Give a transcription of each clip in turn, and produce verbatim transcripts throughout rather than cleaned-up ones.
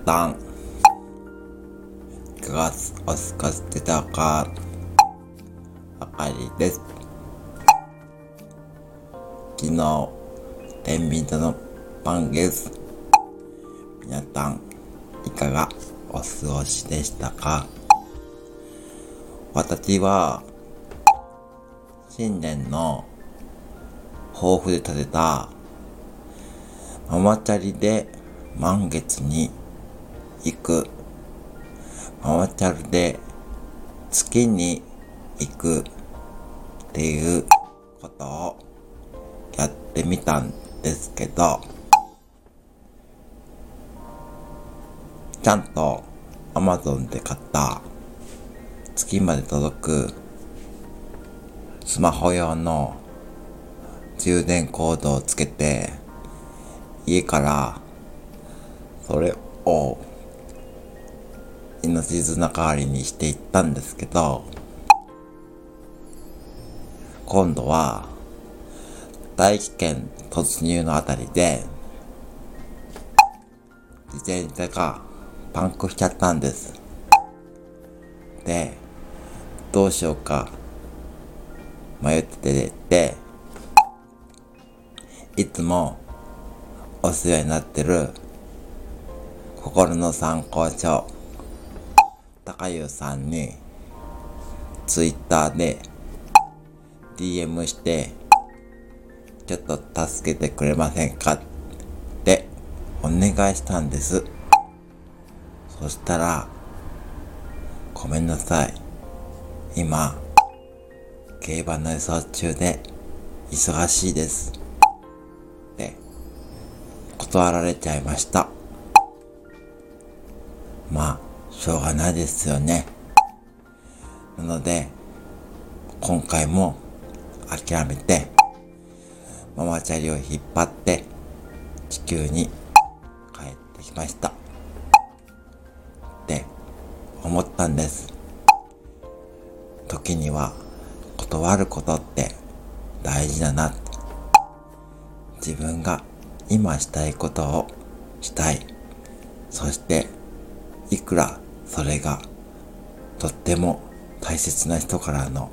さん、いかがお過ごしでしょうか。あかりです。昨日、天秤座の満月。皆さん、いかがお過ごしでしたか。私は、新年の抱負で立てた、ママチャリで満月に行く、ママチャリで月に行くっていうことをやってみたんですけど、ちゃんと Amazon で買った月まで届くスマホ用の充電コードをつけて、家からそれを命綱代わりにしていったんですけど、今度は大気圏突入のあたりで自転車がパンクしちゃったんです。で、どうしようか迷ってて、いつもお世話になってる心の参考書高優さんにツイッターで ディーエム してちょっと助けてくれませんかってお願いしたんです。そしたら、ごめんなさい、今競馬の予想中で忙しいですって断られちゃいました。まあしょうがないですよね。なので今回も諦めてママチャリを引っ張って地球に帰ってきましたって思ったんです。時には断ることって大事だな。自分が今したいことをしたい。そしていくらそれがとっても大切な人からの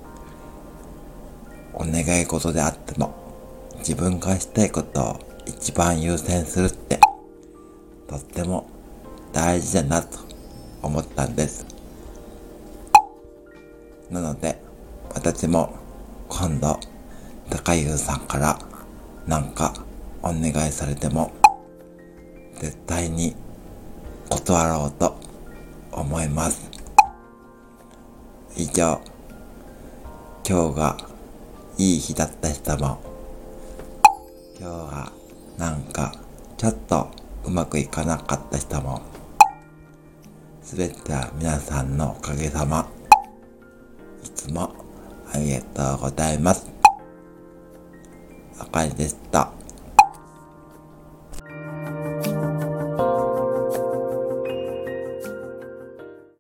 お願い事であっても、自分がしたいことを一番優先するってとっても大事だなと思ったんです。なので私も今度高優さんからなんかお願いされても絶対に断ろうと思います。以上、今日がいい日だった人も、今日がなんかちょっとうまくいかなかった人も、すべては皆さんのおかげさま。いつもありがとうございます。あかりでした。